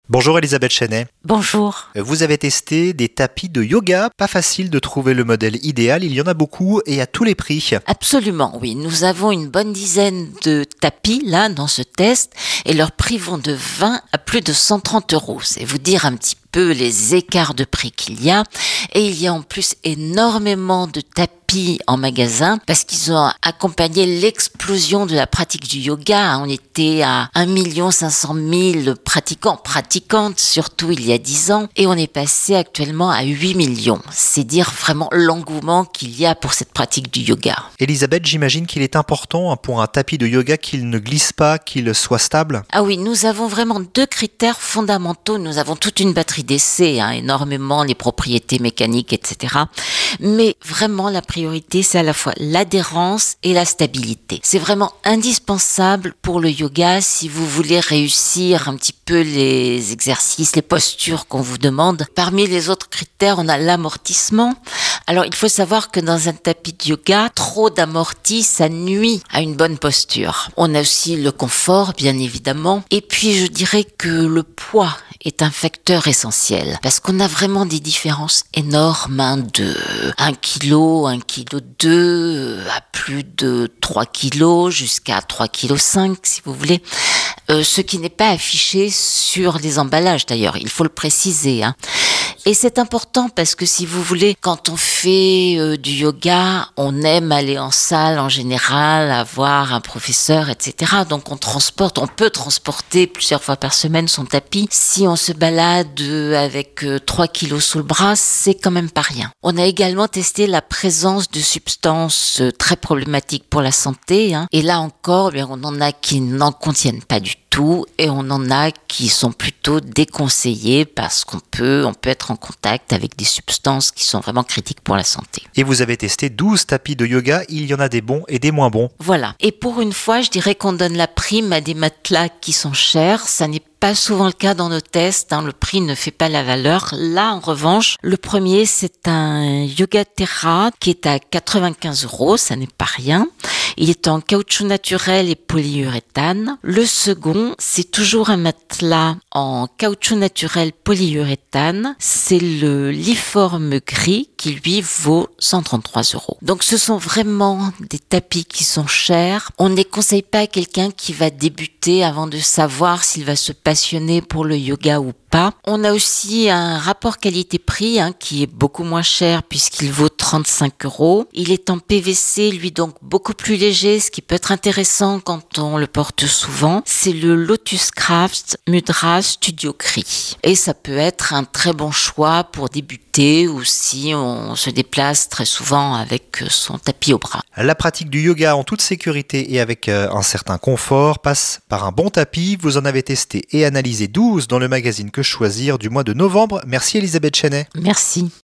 Bonjour Elisabeth Chenet. Bonjour. Vous avez testé des tapis de yoga. Pas facile de trouver le modèle idéal, il y en a beaucoup et à tous les prix. Absolument, oui. Nous avons une bonne dizaine de tapis là dans ce test et leurs prix vont de 20 à plus de 130 euros. C'est vous dire un petit peu les écarts de prix qu'il y a. Et il y a en plus énormément de tapis en magasin parce qu'ils ont accompagné l'explosion de la pratique du yoga. On était à 1 500 000 pratiquantes, surtout il y a 10 ans, et on est passé actuellement à 8 millions. C'est dire vraiment l'engouement qu'il y a pour cette pratique du yoga. Elisabeth, j'imagine qu'il est important pour un tapis de yoga qu'il ne glisse pas, qu'il soit stable. Ah oui, nous avons vraiment 2 critères fondamentaux. Nous avons toute une batterie d'essais, énormément les propriétés mécaniques, etc. Mais vraiment, la priorité, c'est à la fois l'adhérence et la stabilité. C'est vraiment indispensable pour le yoga si vous voulez réussir un petit peu les exercices, les postures qu'on vous demande. Parmi les autres critères, on a l'amortissement. Alors, il faut savoir que dans un tapis de yoga, trop d'amorti, ça nuit à une bonne posture. On a aussi le confort, bien évidemment. Et puis, je dirais que le poids est un facteur essentiel parce qu'on a vraiment des différences énormes de 1 kg, 1 kg 2 à plus de 3 kg jusqu'à 3 kg 5 si vous voulez. Ce qui n'est pas affiché sur les emballages d'ailleurs, il faut le préciser. Et c'est important parce que si vous voulez, quand on fait du yoga, on aime aller en salle en général, avoir un professeur, etc. Donc on peut transporter plusieurs fois par semaine son tapis. Si on se balade avec 3 kilos sous le bras, c'est quand même pas rien. On a également testé la présence de substances très problématiques pour la santé. Et là encore, on en a qui n'en contiennent pas du tout et on en a qui sont plutôt déconseillés parce qu'on peut être en contact avec des substances qui sont vraiment critiques pour la santé. Et vous avez testé 12 tapis de yoga, il y en a des bons et des moins bons. Voilà. Et pour une fois, je dirais qu'on donne la prime à des matelas qui sont chers. Ça n'est pas souvent le cas dans nos tests, le prix ne fait pas la valeur. Là, en revanche, le premier, c'est un Yoga Terra qui est à 95 euros, ça n'est pas rien. Il est en caoutchouc naturel et polyuréthane. Le second, c'est toujours un matelas en caoutchouc naturel polyuréthane. C'est le Liforme gris qui, lui, vaut 133 euros. Donc, ce sont vraiment des tapis qui sont chers. On ne les conseille pas à quelqu'un qui va débuter avant de savoir s'il va se passionner pour le yoga ou pas. On a aussi un rapport qualité-prix qui est beaucoup moins cher puisqu'il vaut 35 euros. Il est en PVC, lui donc beaucoup plus léger, ce qui peut être intéressant quand on le porte souvent. C'est le Lotus Craft Mudra Studio Cri. Et ça peut être un très bon choix pour débuter ou si on se déplace très souvent avec son tapis au bras. La pratique du yoga en toute sécurité et avec un certain confort passe par un bon tapis. Vous en avez testé et analysé 12 dans le magazine Que Choisir du mois de novembre. Merci Elisabeth Chenet. Merci.